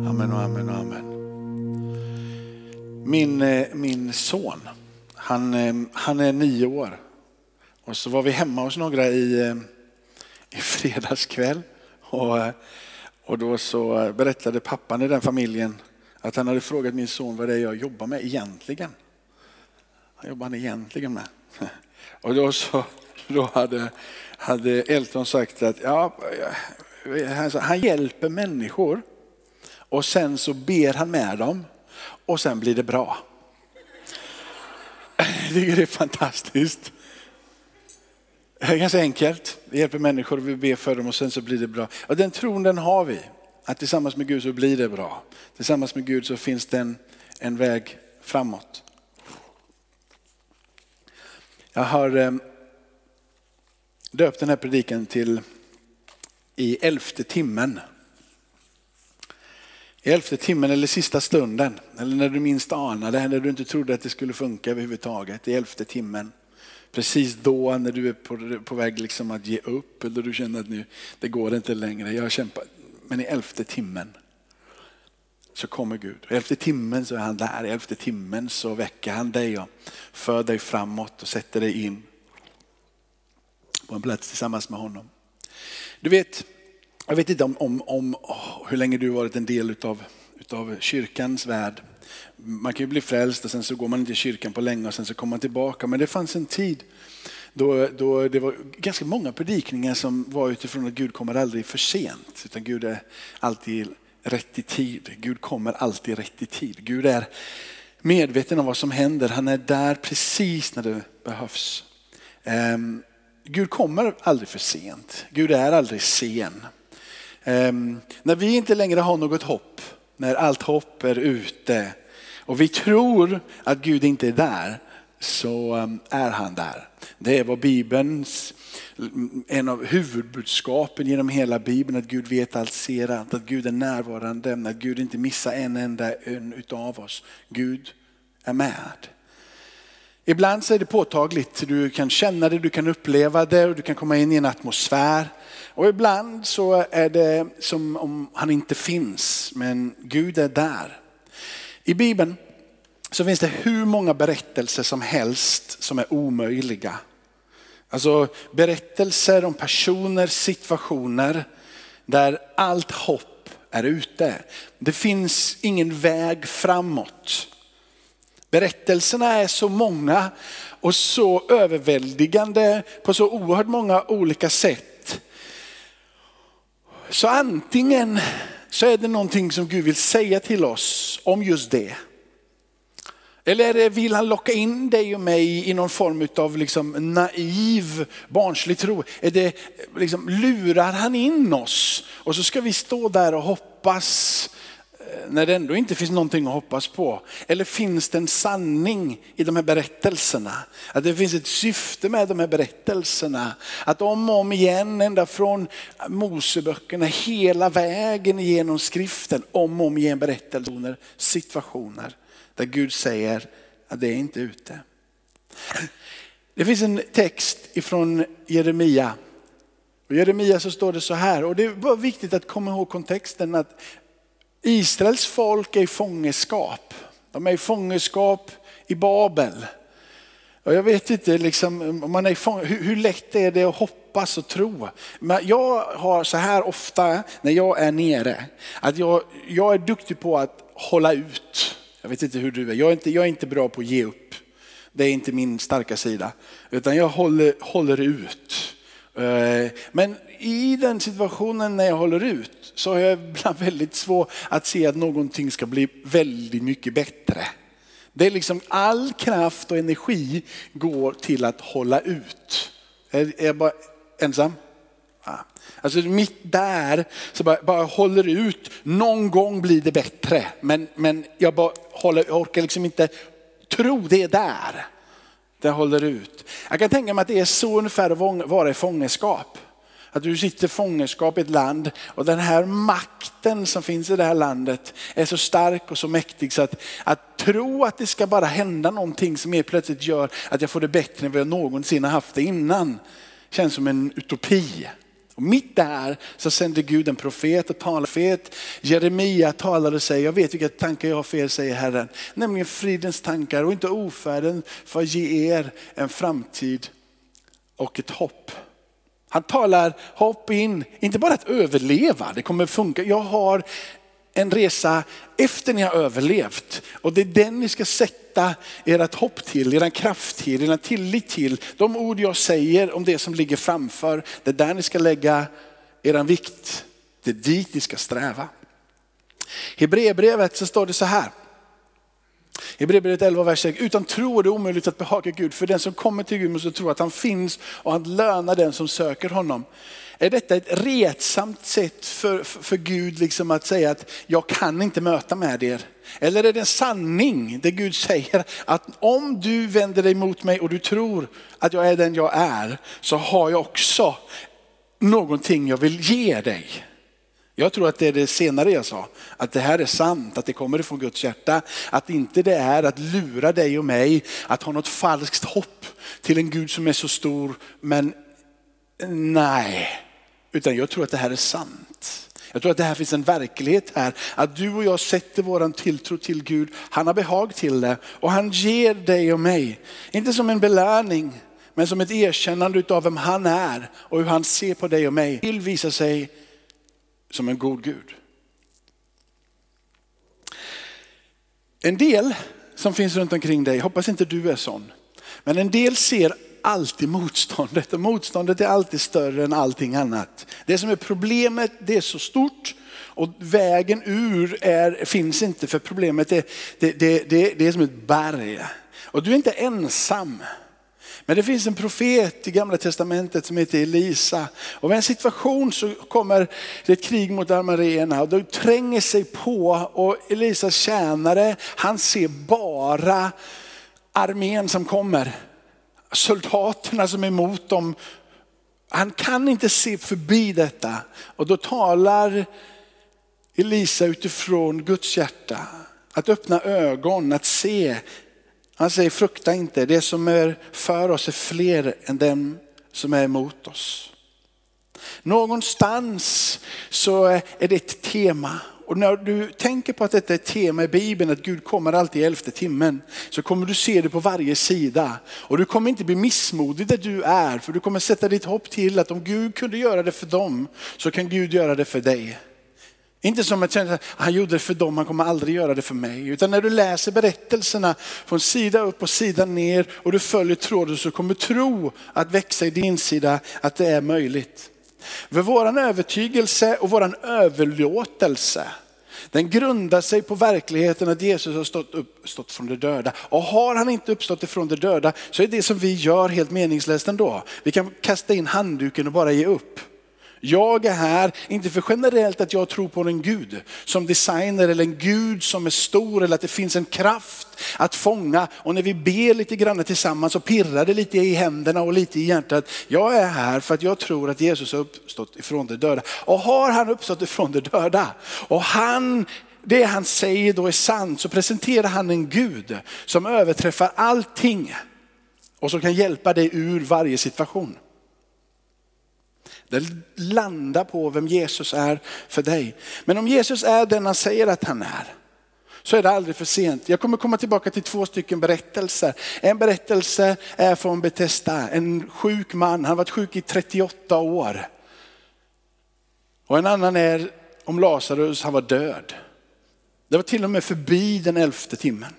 Amen och amen och amen. Min son, han är 9 år. Och så var vi hemma hos några i fredagskväll. Och då så berättade pappan i den familjen att han hade frågat min son vad det är jag jobbar med egentligen. Vad jobbar han egentligen med? Och då hade Elton sagt att han hjälper människor och sen så ber han med dem och sen blir det bra. Jag tycker det är fantastiskt. Det är ganska enkelt. Vi hjälper människor och vi ber för dem och sen så blir det bra. Och den tron den har vi. Att tillsammans med Gud så blir det bra. Tillsammans med Gud så finns det en väg framåt. Jag har döpt den här predikan till i 11:e timmen. I 11:e timmen eller sista stunden. Eller när du minst anade, när du inte trodde att det skulle funka överhuvudtaget. I 11:e timmen. Precis då när du är på väg liksom att ge upp. Eller du känner att nu, det går inte längre. Jag kämpar. Men i 11:e timmen så kommer Gud. I 11:e timmen så är han där. I 11:e timmen så väcker han dig och för dig framåt och sätter dig in på en plats tillsammans med honom. Du vet, jag vet inte om hur länge du har varit en del utav kyrkans värld. Man kan ju bli frälst och sen så går man inte i kyrkan på länge och sen så kommer man tillbaka. Men det fanns en tid då det var ganska många predikningar som var utifrån att Gud kommer aldrig för sent. Utan Gud är alltid rätt i tid. Gud kommer alltid rätt i tid. Gud är medveten om vad som händer. Han är där precis när det behövs. Gud kommer aldrig för sent. Gud är aldrig sen. När vi inte längre har något hopp, när allt hopp är ute och vi tror att Gud inte är där, så är han där. Det är vad Bibelns, en av huvudbudskapen genom hela Bibeln, att Gud vet allt, ser allt, att Gud är närvarande, att Gud inte missar en enda utav oss. Gud är med. Ibland så är det påtagligt, du kan känna det, du kan uppleva det och du kan komma in i en atmosfär. Och ibland så är det som om han inte finns, men Gud är där. I Bibeln så finns det hur många berättelser som helst som är omöjliga. Alltså berättelser om personer, situationer där allt hopp är ute. Det finns ingen väg framåt. Berättelserna är så många och så överväldigande på så oerhört många olika sätt. Så antingen så är det någonting som Gud vill säga till oss om just det. Eller vill han locka in dig och mig i någon form av liksom naiv, barnslig tro? Är det liksom, lurar han in oss? Och så ska vi stå där och hoppas när det ändå inte finns någonting att hoppas på. Eller finns det en sanning i de här berättelserna? Att det finns ett syfte med de här berättelserna. Att om och om igen, ända från Moseböckerna, hela vägen genom skriften, om och om igen berättelser, situationer där Gud säger att det är inte ute. Det finns en text ifrån Jeremia. Och i Jeremia så står det så här, och det var viktigt att komma ihåg kontexten, att Israels folk är i fångenskap. De är i fångenskap i Babel. Och jag vet inte liksom, om man är hur lätt är det att hoppas och tro. Men jag har så här ofta när jag är nere, att jag är duktig på att hålla ut. Jag vet inte hur du är. Jag är inte bra på att ge upp. Det är inte min starka sida. Utan jag håller ut. Men i den situationen när jag håller ut så har jag ibland väldigt svårt att se att någonting ska bli väldigt mycket bättre. Det är liksom all kraft och energi går till att hålla ut. Är jag bara ensam? Ja. Alltså mitt där så bara håller ut. Någon gång blir det bättre. Men jag orkar liksom inte tro det är där. Det håller ut. Jag kan tänka mig att det är så ungefär att vara i fångenskap. Att du sitter i fångenskap i ett land och den här makten som finns i det här landet är så stark och så mäktig så att tro att det ska bara hända någonting som är plötsligt gör att jag får det bättre än vad jag någonsin har haft det innan känns som en utopi. Och mitt där så sände Gud en profet och talade. Jeremia talade och säger, jag vet vilka tankar jag har för er, säger Herren. Nämligen fridens tankar och inte ofärden, för att ge er en framtid och ett hopp. Han talar hopp in, inte bara att överleva, det kommer funka. Jag har en resa efter ni har överlevt. Och det är den ni ska sätta ert hopp till, er kraft till, er tillit till. De ord jag säger om det som ligger framför, det är där ni ska lägga er vikt. Det är dit ni ska sträva. I Hebreerbrevet så står det så här. I Hebreerbrevet 11 vers 6. Utan tro är det omöjligt att behaga Gud. För den som kommer till Gud måste tro att han finns och han lönar den som söker honom. Är detta ett retsamt sätt för Gud liksom att säga att jag kan inte möta med er? Eller är det en sanning där Gud säger att om du vänder dig mot mig och du tror att jag är den jag är, så har jag också någonting jag vill ge dig? Jag tror att det är det senare jag sa. Att det här är sant, att det kommer ifrån Guds hjärta. Att inte det är att lura dig och mig, att ha något falskt hopp till en Gud som är så stor. Men nej, utan jag tror att det här är sant. Jag tror att det här finns en verklighet här. Att du och jag sätter våran tilltro till Gud. Han har behag till det. Och han ger dig och mig. Inte som en belöning, men som ett erkännande av vem han är. Och hur han ser på dig och mig. Vill visa sig som en god Gud. En del som finns runt omkring dig, hoppas inte du är sån. Men en del ser alltid motståndet. Och motståndet är alltid större än allting annat. Det som är problemet, det är så stort. Och vägen ur finns inte, för problemet det är som ett berg. Och du är inte ensam. Men det finns en profet i Gamla testamentet som heter Elisa. Och vid en situation så kommer det ett krig mot arméerna och de tränger sig på. Och Elisas tjänare, han ser bara armén som kommer. Soldaterna som är emot dem. Han kan inte se förbi detta. Och då talar Elisa utifrån Guds hjärta. Att öppna ögon, att se. Han säger, frukta inte. Det som är för oss är fler än dem som är emot oss. Någonstans så är det ett tema. Och när du tänker på att detta är ett tema i Bibeln, att Gud kommer alltid i 11:e timmen, så kommer du se det på varje sida. Och du kommer inte bli missmodig där du är. För du kommer sätta ditt hopp till att om Gud kunde göra det för dem, så kan Gud göra det för dig. Inte som att han gjorde det för dem, han kommer aldrig göra det för mig. Utan när du läser berättelserna från sida upp och sida ner och du följer tråden, så kommer tro att växa i din sida att det är möjligt. För våran övertygelse och våran överlåtelse, den grundar sig på verkligheten att Jesus har uppstått från de döda. Och har han inte uppstått ifrån de döda, så är det som vi gör helt meningslöst ändå. Vi kan kasta in handduken och bara ge upp. Jag är här, inte för generellt att jag tror på en Gud som designer eller en Gud som är stor, eller att det finns en kraft att fånga. Och när vi ber lite grann tillsammans så pirrar det lite i händerna och lite i hjärtat. Jag är här för att jag tror att Jesus har uppstått ifrån de döda. Och har han uppstått ifrån de döda och det han säger då är sant, så presenterar han en Gud som överträffar allting och som kan hjälpa dig ur varje situation. Det landar på vem Jesus är för dig. Men om Jesus är den han säger att han är, så är det aldrig för sent. Jag kommer komma tillbaka till 2 stycken berättelser. En berättelse är från Betesda. En sjuk man, han har varit sjuk i 38 år. Och en annan är om Lazarus, han var död. Det var till och med förbi den 11:e timmen.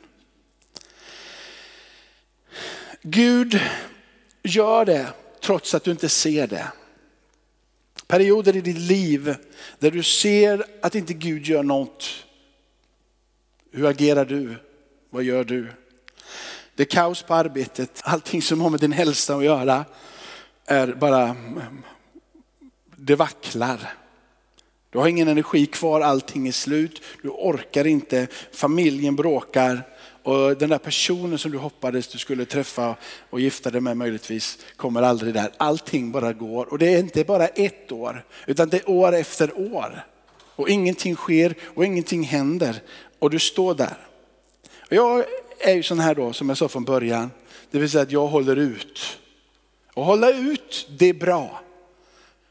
Gud gör det trots att du inte ser det. Perioder i ditt liv där du ser att inte Gud gör något. Hur agerar du? Vad gör du? Det är kaos på arbetet. Allting som har med din hälsa att göra är bara, det vacklar. Du har ingen energi kvar, allting är slut. Du orkar inte, familjen bråkar. Och den där personen som du hoppades du skulle träffa och gifta dig med möjligtvis kommer aldrig där. Allting bara går. Och det är inte bara 1 år, utan det är år efter år. Och ingenting sker och ingenting händer. Och du står där. Och jag är ju sån här då, som jag sa från början. Det vill säga att jag håller ut. Och hålla ut, det är bra.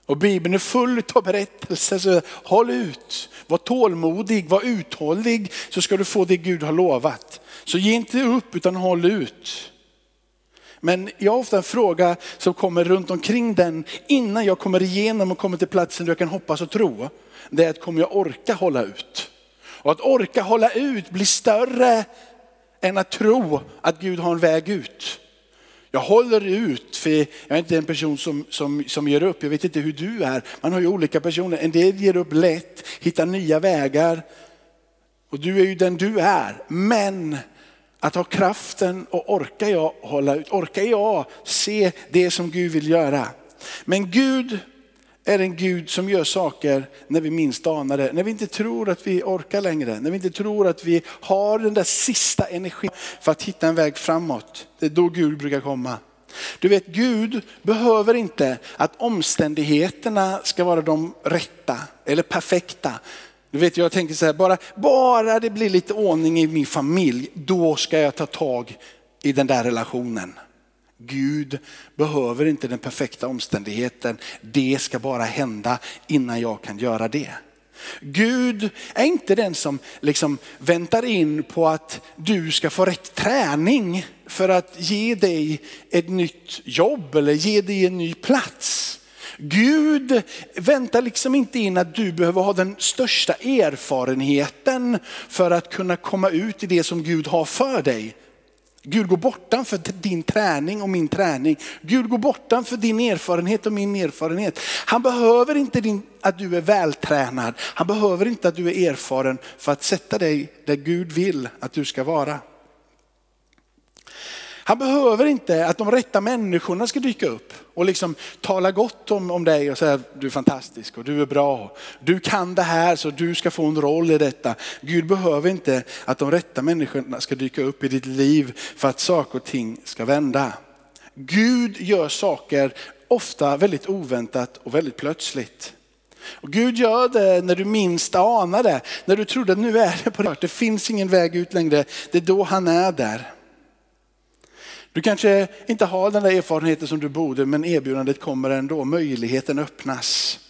Och Bibeln är full av berättelser. Så håll ut, var tålmodig, var uthållig, så ska du få det Gud har lovat. Så ge inte upp utan håll ut. Men jag har ofta en fråga som kommer runt omkring den innan jag kommer igenom och kommer till platsen där jag kan hoppas och tro. Det är att kommer jag orka hålla ut? Och att orka hålla ut blir större än att tro att Gud har en väg ut. Jag håller ut, för jag är inte en person som ger upp. Jag vet inte hur du är. Man har ju olika personer. En del ger upp lätt, hittar nya vägar. Och du är ju den du är. Men att ha kraften och orkar jag hålla ut. Orkar jag se det som Gud vill göra. Men Gud är en Gud som gör saker när vi minst anar det. När vi inte tror att vi orkar längre. När vi inte tror att vi har den där sista energin för att hitta en väg framåt. Det är då Gud brukar komma. Du vet, Gud behöver inte att omständigheterna ska vara de rätta eller perfekta. Du vet, jag tänker så här, bara det blir lite ordning i min familj, då ska jag ta tag i den där relationen. Gud behöver inte den perfekta omständigheten. Det ska bara hända innan jag kan göra det. Gud är inte den som liksom väntar in på att du ska få rätt träning för att ge dig ett nytt jobb eller ge dig en ny plats. Gud väntar liksom inte in att du behöver ha den största erfarenheten för att kunna komma ut i det som Gud har för dig. Gud går bortanför din träning och min träning. Gud går bortanför din erfarenhet och min erfarenhet. Han behöver inte att du är vältränad. Han behöver inte att du är erfaren för att sätta dig där Gud vill att du ska vara. Han behöver inte att de rätta människorna ska dyka upp och liksom tala gott om dig och säga att du är fantastisk och du är bra. Du kan det här så du ska få en roll i detta. Gud behöver inte att de rätta människorna ska dyka upp i ditt liv för att saker och ting ska vända. Gud gör saker ofta väldigt oväntat och väldigt plötsligt. Och Gud gör det när du minst anar det. När du trodde att nu är det på det. Det finns ingen väg ut längre. Det är då han är där. Du kanske inte har den där erfarenheten som du borde, men erbjudandet kommer ändå. Möjligheten öppnas.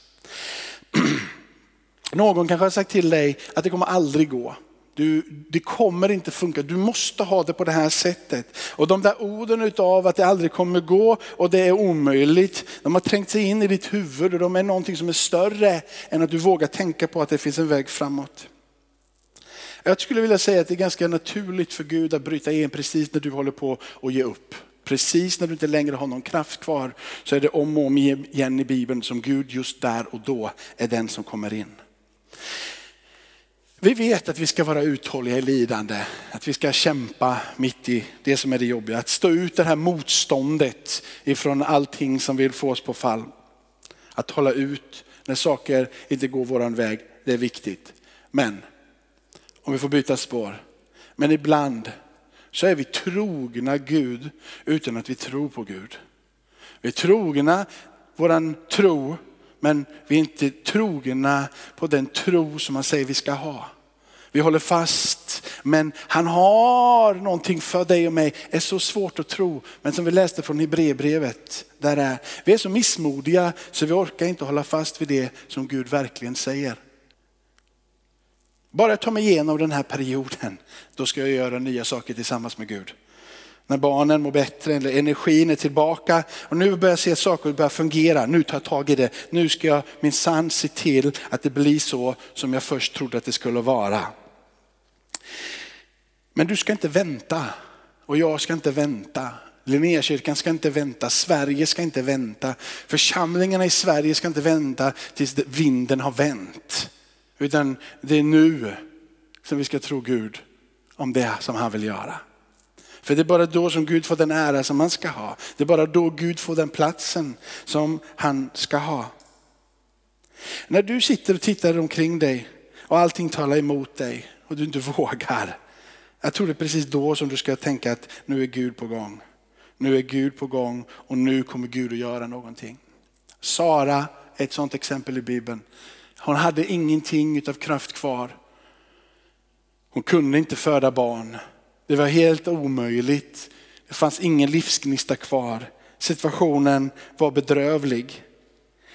Någon kanske har sagt till dig att det kommer aldrig gå. Det kommer inte funka. Du måste ha det på det här sättet. Och de där orden utav att det aldrig kommer gå och det är omöjligt. De har trängt sig in i ditt huvud och de är någonting som är större än att du vågar tänka på att det finns en väg framåt. Jag skulle vilja säga att det är ganska naturligt för Gud att bryta in precis när du håller på att ge upp. Precis när du inte längre har någon kraft kvar, så är det om och om igen i Bibeln som Gud just där och då är den som kommer in. Vi vet att vi ska vara uthålliga i lidande. Att vi ska kämpa mitt i det som är det jobbiga. Att stå ut det här motståndet ifrån allting som vill få oss på fall. Att hålla ut när saker inte går våran väg, det är viktigt. Men om vi får byta spår. Men ibland så är vi trogna Gud utan att vi tror på Gud. Vi är trogna våran tro, men vi är inte trogna på den tro som han säger vi ska ha. Vi håller fast, men han har någonting för dig och mig. Det är så svårt att tro, men som vi läste från Hebreerbrevet, där är vi är så missmodiga så vi orkar inte hålla fast vid det som Gud verkligen säger. Bara ta mig igenom den här perioden, då ska jag göra nya saker tillsammans med Gud. När barnen mår bättre, eller energin är tillbaka och nu börjar jag se saker börja fungera. Nu tar jag tag i det. Nu ska jag minsann se till att det blir så som jag först trodde att det skulle vara. Men du ska inte vänta och jag ska inte vänta. Linnéakyrkan ska inte vänta, Sverige ska inte vänta. Församlingarna i Sverige ska inte vänta tills vinden har vänt. Utan det är nu som vi ska tro Gud om det som han vill göra. För det är bara då som Gud får den ära som han ska ha. Det är bara då Gud får den platsen som han ska ha. När du sitter och tittar omkring dig och allting talar emot dig och du inte vågar. Jag tror det är precis då som du ska tänka att nu är Gud på gång. Nu är Gud på gång och nu kommer Gud att göra någonting. Sara är ett sådant exempel i Bibeln. Hon hade ingenting utav kraft kvar. Hon kunde inte föda barn. Det var helt omöjligt. Det fanns ingen livsgnista kvar. Situationen var bedrövlig.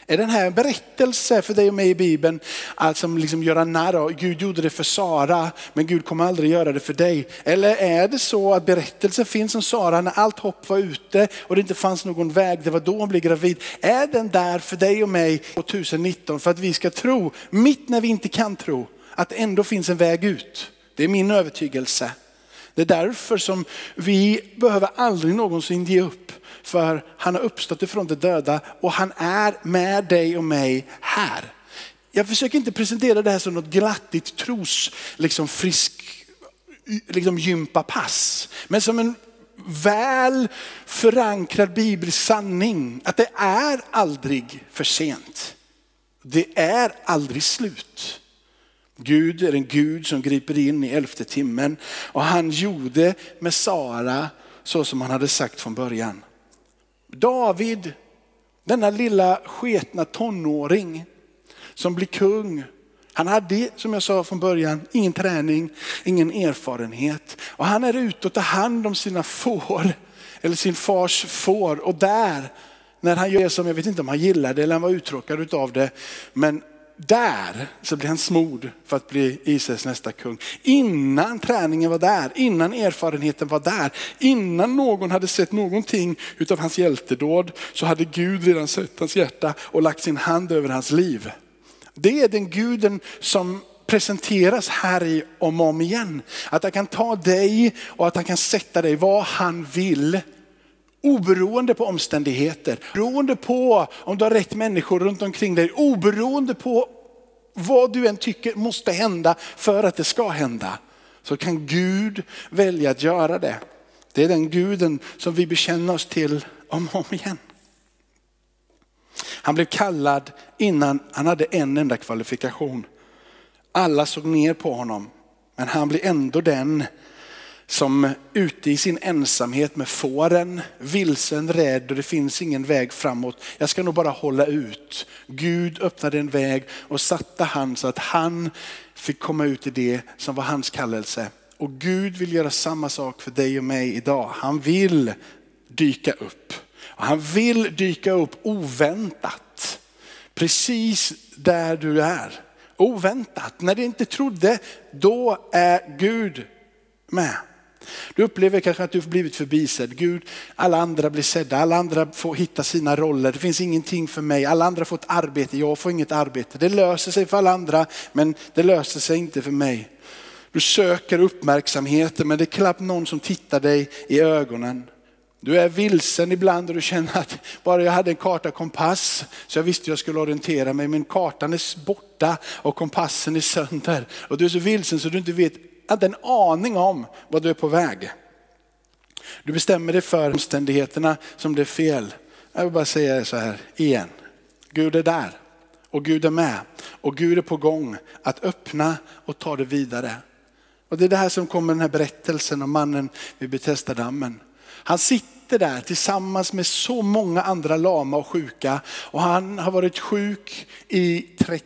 Är den här en berättelse för dig och mig i Bibeln att som liksom göra narr av? Gud gjorde det för Sara, men Gud kommer aldrig göra det för dig. Eller är det så att berättelsen finns om Sara när allt hopp var ute och det inte fanns någon väg, det var då hon blev gravid. Är den där för dig och mig 2019 för att vi ska tro, mitt när vi inte kan tro, att det ändå finns en väg ut? Det är min övertygelse. Det är därför som vi behöver aldrig någonsin ge upp. För han har uppstått ifrån de döda och han är med dig och mig här. Jag försöker inte presentera det här som något glattigt tros, liksom frisk, liksom gympapass. Men som en väl förankrad biblisk sanning. Att det är aldrig för sent. Det är aldrig slut. Gud är en Gud som griper in i 11:e timmen. Och han gjorde med Sara så som han hade sagt från början. David, denna lilla sketna tonåring som blir kung. Han hade, som jag sa från början, ingen träning, ingen erfarenhet. Och han är ute och tar hand om sina får, eller sin fars får. Och där, när han gör det som, jag vet inte om han gillade det eller han var uttråkad av det. Men där så blir han smord för att bli Israels nästa kung. Innan träningen var där, innan erfarenheten var där, innan någon hade sett någonting utav hans hjältedåd, så hade Gud redan sett hans hjärta och lagt sin hand över hans liv. Det är den Guden som presenteras här i om igen. Att han kan ta dig och att han kan sätta dig var han vill. Oberoende på omständigheter, beroende på om du har rätt människor runt omkring dig, oberoende på vad du än tycker måste hända för att det ska hända, så kan Gud välja att göra det. Det är den Guden som vi bekänner oss till om och om igen. Han blev kallad innan han hade en enda kvalifikation. Alla såg ner på honom, men han blev ändå den som ute i sin ensamhet med fåren, vilsen, rädd och det finns ingen väg framåt. Jag ska nog bara hålla ut. Gud öppnade en väg och satte han så att han fick komma ut i det som var hans kallelse. Och Gud vill göra samma sak för dig och mig idag. Han vill dyka upp. Och han vill dyka upp oväntat. Precis där du är. Oväntat. När du inte trodde, då är Gud med. Du upplever kanske att du har blivit förbisedd. Gud, alla andra blir sedda. Alla andra får hitta sina roller. Det finns ingenting för mig. Alla andra får ett arbete. Jag får inget arbete. Det löser sig för alla andra, men det löser sig inte för mig. Du söker uppmärksamheten, men det är knappt någon som tittar dig i ögonen. Du är vilsen ibland och du känner att bara jag hade en karta och kompass så jag visste jag skulle orientera mig. Men kartan är borta och kompassen är sönder. Och du är så vilsen så du inte vet att en aning om vad du är på väg. Du bestämmer dig för omständigheterna som det är fel. Jag vill bara säga det så här igen. Gud är där och Gud är med. Och Gud är på gång att öppna och ta det vidare. Och det är det här som kommer den här berättelsen om mannen vid Betesda-dammen. Han sitter där tillsammans med så många andra lama och sjuka. Och han har varit sjuk i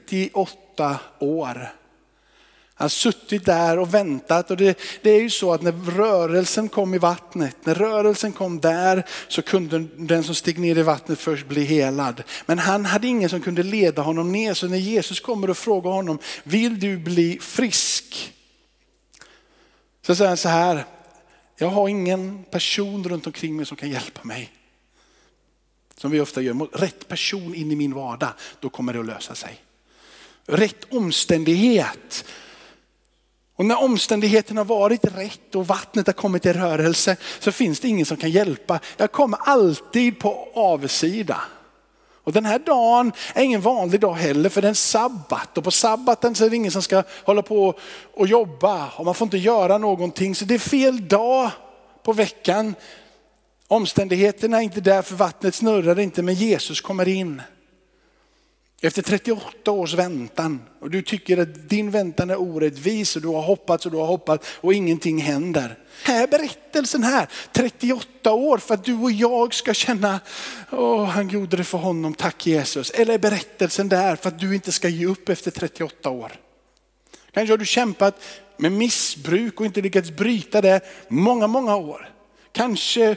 38 år. Han har suttit där och väntat. Och det är ju så att när rörelsen kom i vattnet, när rörelsen kom där, så kunde den som steg ner i vattnet först bli helad. Men han hade ingen som kunde leda honom ner. Så när Jesus kommer och frågar honom, vill du bli frisk? Så säger han så här, jag har ingen person runt omkring mig som kan hjälpa mig. Som vi ofta gör, rätt person in i min vardag, då kommer det att lösa sig. Rätt omständighet. Och när omständigheten har varit rätt och vattnet har kommit i rörelse, så finns det ingen som kan hjälpa. Jag kommer alltid på avsida. Och den här dagen är ingen vanlig dag heller, för det är en sabbat. Och på sabbaten så är det ingen som ska hålla på och jobba. Och man får inte göra någonting. Så det är fel dag på veckan. Omständigheterna är inte där, för vattnet snurrar inte, men Jesus kommer in. Efter 38 års väntan, och du tycker att din väntan är orättvis och du har hoppat och ingenting händer. Här berättelsen här, 38 år för att du och jag ska känna, han gjorde det för honom, tack Jesus. Eller är berättelsen där för att du inte ska ge upp efter 38 år. Kanske har du kämpat med missbruk och inte lyckats bryta det många år. Kanske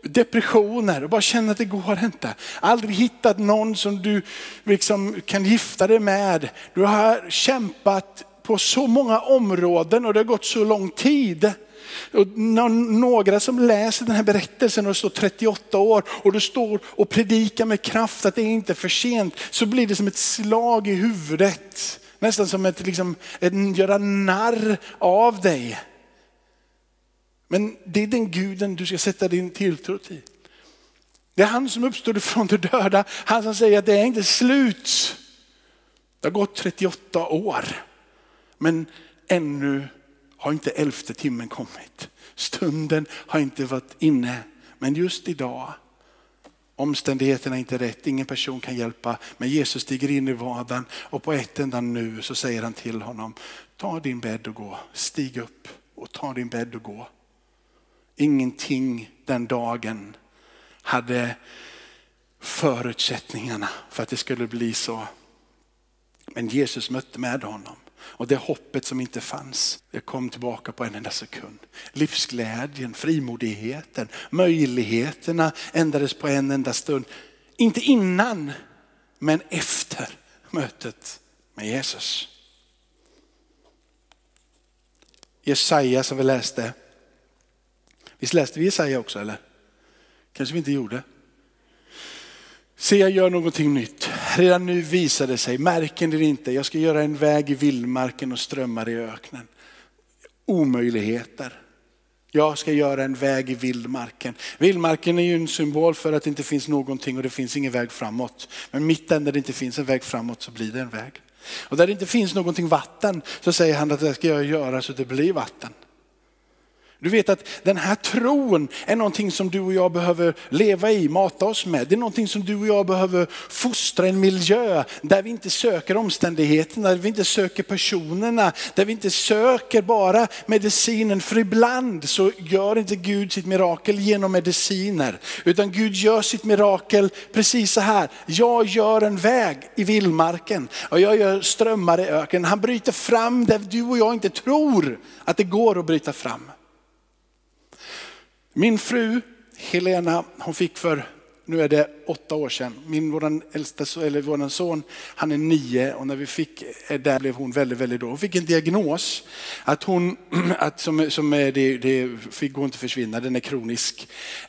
depressioner och bara känner att det går inte. Aldrig hittat någon som du liksom kan gifta dig med. Du har kämpat på så många områden och det har gått så lång tid. Och några som läser den här berättelsen och det står 38 år och du står och predikar med kraft att det är inte för sent, så blir det som ett slag i huvudet. Nästan som ett göra narr av dig. Men det är den guden du ska sätta din tilltro till. Det är han som uppstod från de döda. Han som säger att det är inte slut. Det har gått 38 år. Men ännu har inte 11:e timmen kommit. Stunden har inte varit inne. Men just idag, omständigheterna är inte rätt. Ingen person kan hjälpa. Men Jesus stiger in i vardagen och på ett enda nu så säger han till honom: ta din bädd och gå. Stig upp och ta din bädd och gå. Ingenting den dagen hade förutsättningarna för att det skulle bli så. Men Jesus mötte med honom. Och det hoppet som inte fanns, det kom tillbaka på en enda sekund. Livsglädjen, frimodigheten, möjligheterna ändrades på en enda stund. Inte innan, men efter mötet med Jesus. Jesaja som vi läste. Visst läste vi Jesaja också, eller? Kanske vi inte gjorde. Se, jag gör någonting nytt. Redan nu visar det sig. Märker ni det inte? Jag ska göra en väg i vildmarken och strömmar i öknen. Omöjligheter. Jag ska göra en väg i vildmarken. Vildmarken är ju en symbol för att det inte finns någonting och det finns ingen väg framåt. Men mitt där det inte finns en väg framåt så blir det en väg. Och där det inte finns någonting vatten så säger han att det ska jag göra så det blir vatten. Du vet att den här tron är någonting som du och jag behöver leva i, mata oss med. Det är någonting som du och jag behöver fostra en miljö där vi inte söker omständigheterna, där vi inte söker personerna, där vi inte söker bara medicinen. För ibland så gör inte Gud sitt mirakel genom mediciner, utan Gud gör sitt mirakel precis så här. Jag gör en väg i vildmarken och jag gör strömmar i öken. Han bryter fram där du och jag inte tror att det går att bryta fram. Min fru Helena, hon fick för, nu är det 8 år sedan. Våran son, han är 9 och när vi fick, där blev hon väldigt, väldigt då. Hon fick en diagnos det fick gå inte försvinna, den är kronisk.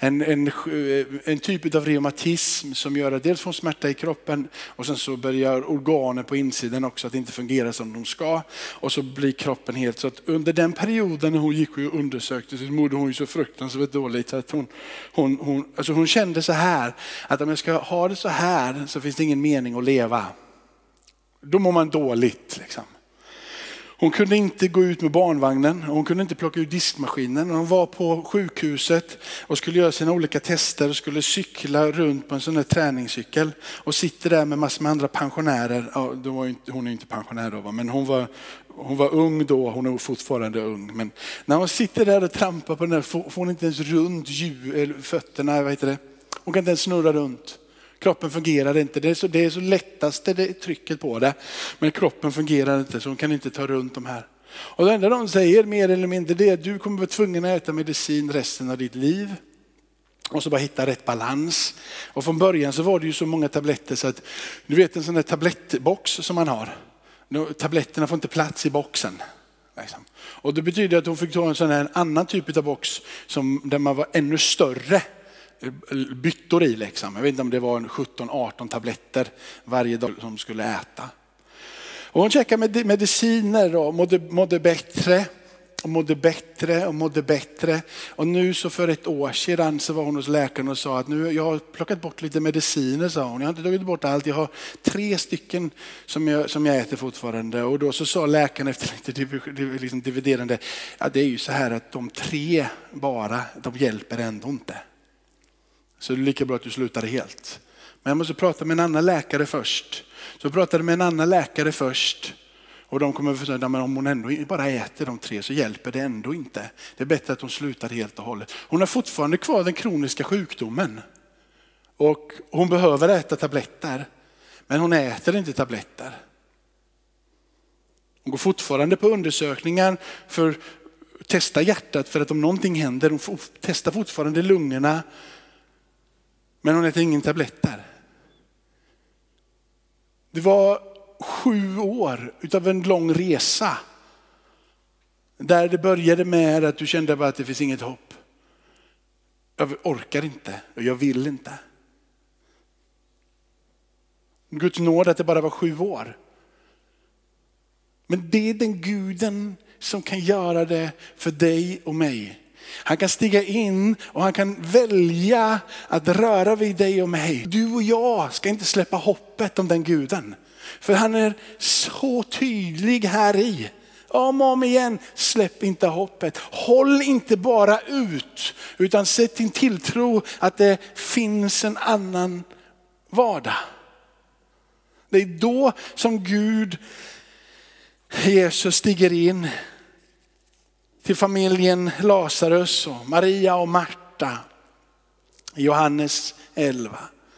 En typ av reumatism som gör att dels får hon smärta i kroppen och sen så börjar organen på insidan också att inte fungera som de ska. Och så blir kroppen helt så att under den perioden när hon gick och undersökte så mådde hon ju så fruktansvärt dåligt så att hon kände så här att om jag ska ha det så här så finns det ingen mening att leva. Då mår man dåligt liksom. Hon kunde inte gå ut med barnvagnen. Hon kunde inte plocka ut diskmaskinen. Hon var på sjukhuset och skulle göra sina olika tester och skulle cykla runt på en sån här träningscykel. Och sitter där med massor med andra pensionärer. Ja, hon är inte pensionär då, men hon var ung då. Hon är fortfarande ung. Men när hon sitter där och trampar på den där får hon inte ens runt fötterna. Vad heter det? Hon kan inte ens snurra runt. Kroppen fungerar inte. Det är så lättaste det är trycket på det. Men kroppen fungerar inte så hon kan inte ta runt de här. Och det enda de säger mer eller mindre det är att du kommer vara tvungen att äta medicin resten av ditt liv. Och så bara hitta rätt balans. Och från början så var det ju så många tabletter så att du vet en sån där tablettbox som man har. Tabletterna får inte plats i boxen. Och det betyder att hon fick ta en sån här en annan typ av box där man var ännu större. Byttor i liksom. Jag vet inte om det var 17-18 tabletter varje dag som skulle äta. Och hon checkade med mediciner och mådde bättre. Och mådde bättre. Och nu så för 1 år sedan så var hon hos läkaren och sa att nu jag har plockat bort lite mediciner, sa hon. Jag har inte tagit bort allt. Jag har 3 stycken som jag äter fortfarande. Och då så sa läkaren efter lite liksom dividerande. Ja, det är ju så här att de 3 bara, de hjälper ändå inte. Så det är lika bra att du slutar helt. Men jag måste prata med en annan läkare först. Så jag pratade med en annan läkare först. Och de kommer att säga att om hon ändå bara äter de 3 så hjälper det ändå inte. Det är bättre att hon slutar helt och hållet. Hon har fortfarande kvar den kroniska sjukdomen. Och hon behöver äta tabletter. Men hon äter inte tabletter. Hon går fortfarande på undersökningar för att testa hjärtat. För att om någonting händer, hon testar fortfarande lungorna. Men hon äter ingen tabletter. Det var 7 år utav en lång resa. Där det började med att du kände bara att det finns inget hopp. Jag orkar inte och jag vill inte. Guds nåd att det bara var 7 år. Men det är den guden som kan göra det för dig och mig. Han kan stiga in och han kan välja att röra vid dig och mig. Du och jag ska inte släppa hoppet om den guden. För han är så tydlig här i. Om och om igen, släpp inte hoppet. Håll inte bara ut, utan sätt din tilltro att det finns en annan vardag. Det är då som Gud, Jesus, stiger in till familjen Lazarus och Maria och Marta. Johannes 11.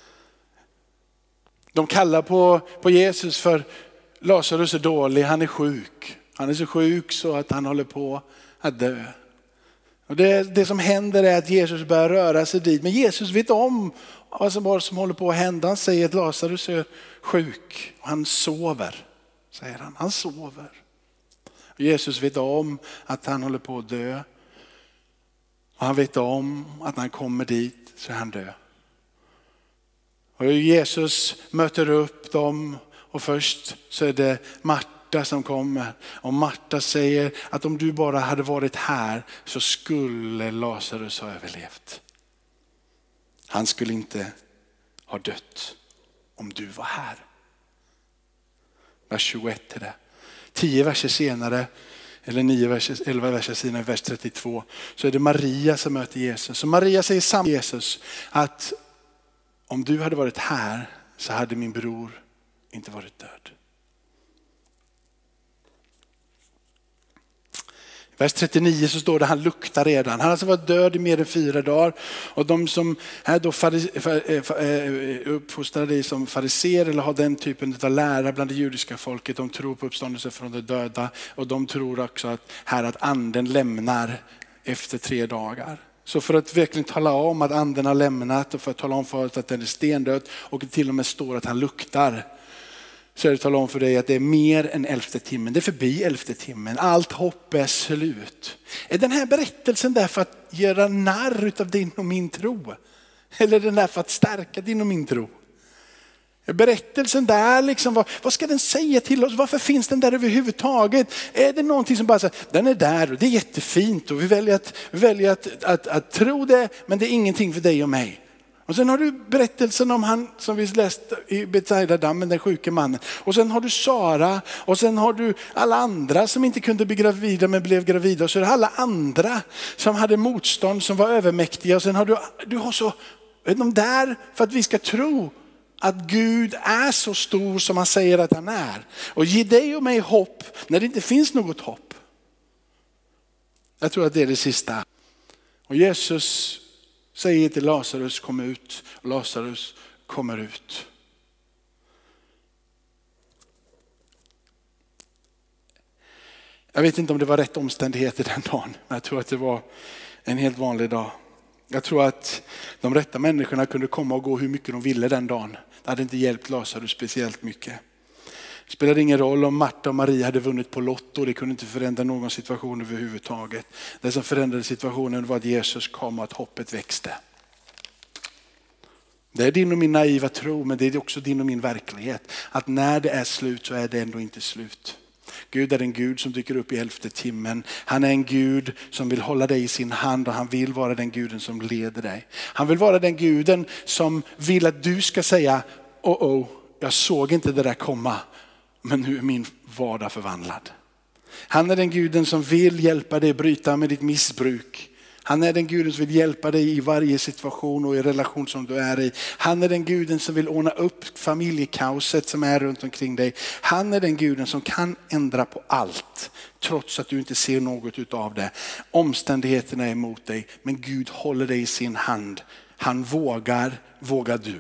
De kallar på Jesus för Lazarus är dålig, han är sjuk. Han är så sjuk så att han håller på att dö. Och det som händer är att Jesus börjar röra sig dit. Men Jesus vet om vad som håller på att hända. Han säger att Lazarus är sjuk och han sover, säger han. Han sover. Och Jesus vet om att han håller på att dö. Och han vet om att när han kommer dit så är han död. Och Jesus möter upp dem och först så är det Marta som kommer. Och Marta säger att om du bara hade varit här så skulle Lazarus ha överlevt. Han skulle inte ha dött om du var här. Vers 21 är det. 10 verser senare, eller 11 verser senare, vers 32, så är det Maria som möter Jesus. Så Maria säger samma Jesus att om du hade varit här så hade min bror inte varit död. Vers 39 så står det han luktar redan. Han har alltså varit död i mer än 4 dagar. Och de som är då uppfostrade som fariser eller har den typen av lära bland det judiska folket. De tror på uppståndelse från de döda. Och de tror också att anden lämnar efter 3 dagar. Så för att verkligen tala om att anden har lämnat och för att tala om för att den är stendöd och till och med står att han luktar. Så är det att tala om för dig att det är mer än 11:e timmen. Det är förbi 11:e timmen. Allt hopp är slut. Är den här berättelsen där för att göra narr av din och min tro? Eller är den där för att stärka din och min tro? Är berättelsen där liksom, vad ska den säga till oss? Varför finns den där överhuvudtaget? Är det någonting som bara säger, den är där och det är jättefint och vi väljer att tro det, men det är ingenting för dig och mig. Och sen har du berättelsen om han som vi läste i Betsaida-dammen, den sjuke mannen. Och sen har du Sara och sen har du alla andra som inte kunde bli gravida men blev gravida. Och så är det alla andra som hade motstånd som var övermäktiga. Och sen har du har så, de där för att vi ska tro att Gud är så stor som han säger att han är. Och ge dig och mig hopp när det inte finns något hopp. Jag tror att det är det sista. Och Jesus säger till Lazarus kom ut och Lazarus kommer ut. Jag vet inte om det var rätt omständigheter den dagen, men jag tror att det var en helt vanlig dag. Jag tror att de rätta människorna kunde komma och gå hur mycket de ville den dagen. Det hade inte hjälpt Lazarus speciellt mycket. Det spelade ingen roll om Marta och Maria hade vunnit på lotto. Det kunde inte förändra någon situation överhuvudtaget. Det som förändrade situationen var att Jesus kom och att hoppet växte. Det är din och min naiva tro, men det är också din och min verklighet. Att när det är slut så är det ändå inte slut. Gud är en Gud som dyker upp i 11:e timmen. Han är en Gud som vill hålla dig i sin hand och han vill vara den Guden som leder dig. Han vill vara den Guden som vill att du ska säga, jag såg inte det där komma, men nu är min vardag förvandlad. Han är den Guden som vill hjälpa dig bryta med ditt missbruk. Han är den Guden som vill hjälpa dig i varje situation och i relation som du är i. Han är den Guden som vill ordna upp familjekaoset som är runt omkring dig. Han är den Guden som kan ändra på allt trots att du inte ser något utav det. Omständigheterna är emot dig, men Gud håller dig i sin hand. Han vågar du.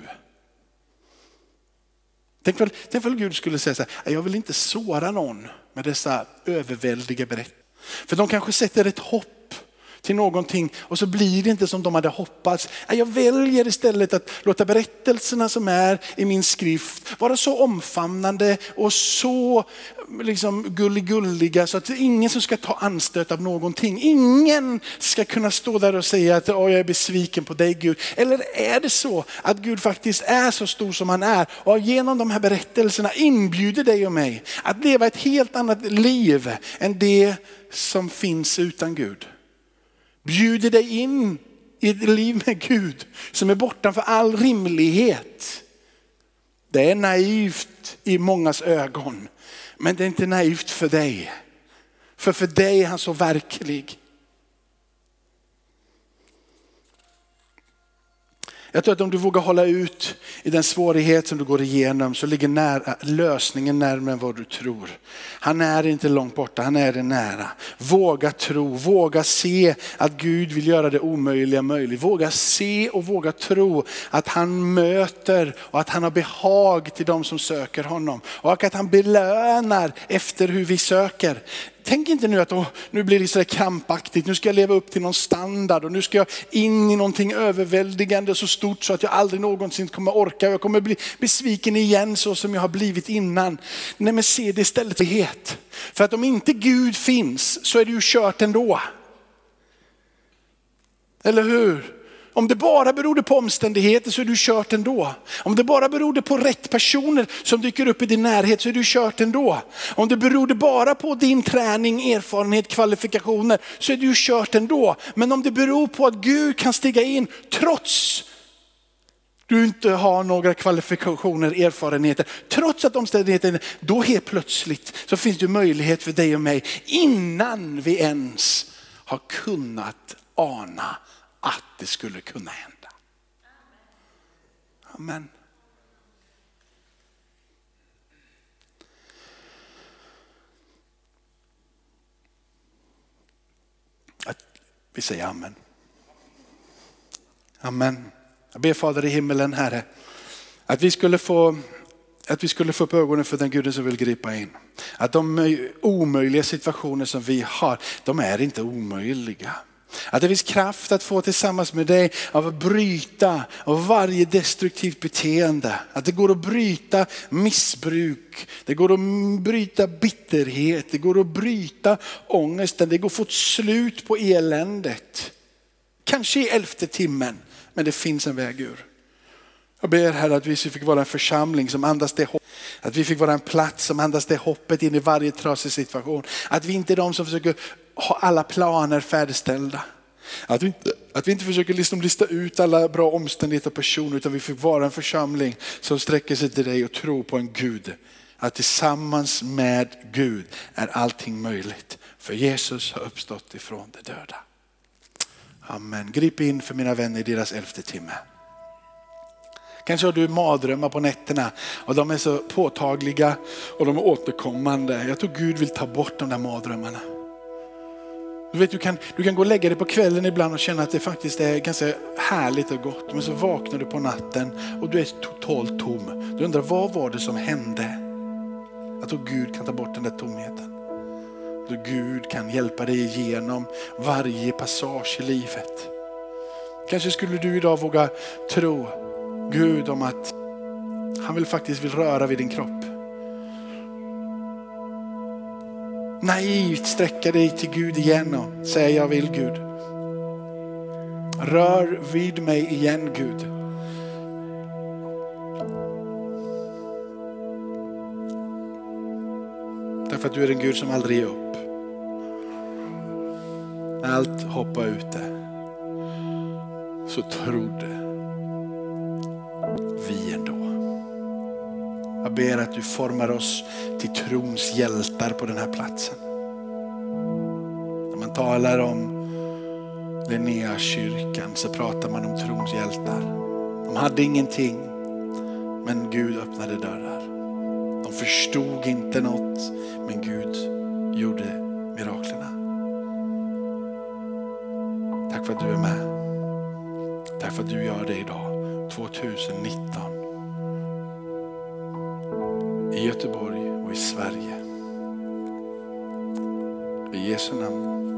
Tänk väl Gud skulle säga så här, jag vill inte såra någon med dessa överväldiga berättelser. För de kanske sätter ett hopp till någonting och så blir det inte som de hade hoppats. Jag väljer istället att låta berättelserna som är i min skrift vara så omfamnande och så liksom gulliga så att det är ingen som ska ta anstöt av någonting. Ingen ska kunna stå där och säga att jag är besviken på dig Gud. Eller är det så att Gud faktiskt är så stor som han är och genom de här berättelserna inbjuder dig och mig att leva ett helt annat liv än det som finns utan Gud. Bjuder dig in i ett liv med Gud som är bortanför all rimlighet. Det är naivt i mångas ögon. Men det är inte naivt för dig. För dig är han så verklig. Jag tror att om du vågar hålla ut i den svårighet som du går igenom så ligger lösningen närmare än vad du tror. Han är inte långt borta, han är det nära. Våga tro, våga se att Gud vill göra det omöjliga möjligt. Våga se och våga tro att han möter och att han har behag till de som söker honom. Och att han belönar efter hur vi söker. Tänk inte nu att nu blir det så krampaktigt, nu ska jag leva upp till någon standard och nu ska jag in i någonting överväldigande så stort så att jag aldrig någonsin kommer orka. Jag kommer bli besviken igen så som jag har blivit innan. Nej, men se det istället het. För att om inte Gud finns så är det ju kört ändå. Eller hur? Om det bara berodde på omständigheter så är du kört ändå. Om det bara berodde på rätt personer som dyker upp i din närhet så är du kört ändå. Om det berodde bara på din träning, erfarenhet, kvalifikationer så är du kört ändå. Men om det beror på att Gud kan stiga in trots du inte har några kvalifikationer, erfarenheter, trots att omständigheterna, då helt plötsligt så finns det möjlighet för dig och mig innan vi ens har kunnat ana att det skulle kunna hända. Amen. Vi säger amen. Amen. Jag ber Fader i himmelen, Herre, att vi skulle få upp ögonen för den Guden som vill gripa in. Att de omöjliga situationer som vi har, de är inte omöjliga. Att det finns kraft att få tillsammans med dig av att bryta av varje destruktivt beteende. Att det går att bryta missbruk. Det går att bryta bitterhet. Det går att bryta ångesten. Det går att få ett slut på eländet. Kanske i 11:e timmen, men det finns en väg ur. Jag ber här att vi fick vara en församling som andas det hopp. Att vi fick vara en plats som andas det hoppet in i varje trasig situation. Att vi inte är de som försöker ha alla planer färdigställda. Att vi inte försöker lista ut alla bra omständigheter och personer, utan vi fick vara en församling som sträcker sig till dig och tror på en Gud. Att tillsammans med Gud är allting möjligt. För Jesus har uppstått ifrån de döda. Amen. Grip in för mina vänner i deras 11:e timme. Kanske har du mardrömmar på nätterna och de är så påtagliga och de är återkommande. Jag tror Gud vill ta bort de där mardrömmarna. Du vet, du kan gå och lägga dig på kvällen ibland och känna att det faktiskt är ganska härligt och gott. Men så vaknar du på natten och du är totalt tom. Du undrar, vad var det som hände? Jag tror Gud kan ta bort den där tomheten. Då Gud kan hjälpa dig igenom varje passage i livet. Kanske skulle du idag våga tro Gud om att han faktiskt vill röra vid din kropp. Naivt sträcka dig till Gud igen och säga jag vill Gud. Rör vid mig igen Gud. Därför att du är en Gud som aldrig ger upp. När allt hoppar ute så trodde vi ändå. Jag ber att du formar oss till trons hjältar på den här platsen. När man talar om Linnéakyrkan så pratar man om trons hjältar. De hade ingenting, men Gud öppnade dörrar. De förstod inte något, men Gud gjorde miraklerna. Tack för att du är med. Tack för att du gör det idag, 2019. I Göteborg och i Sverige. I Jesu namn.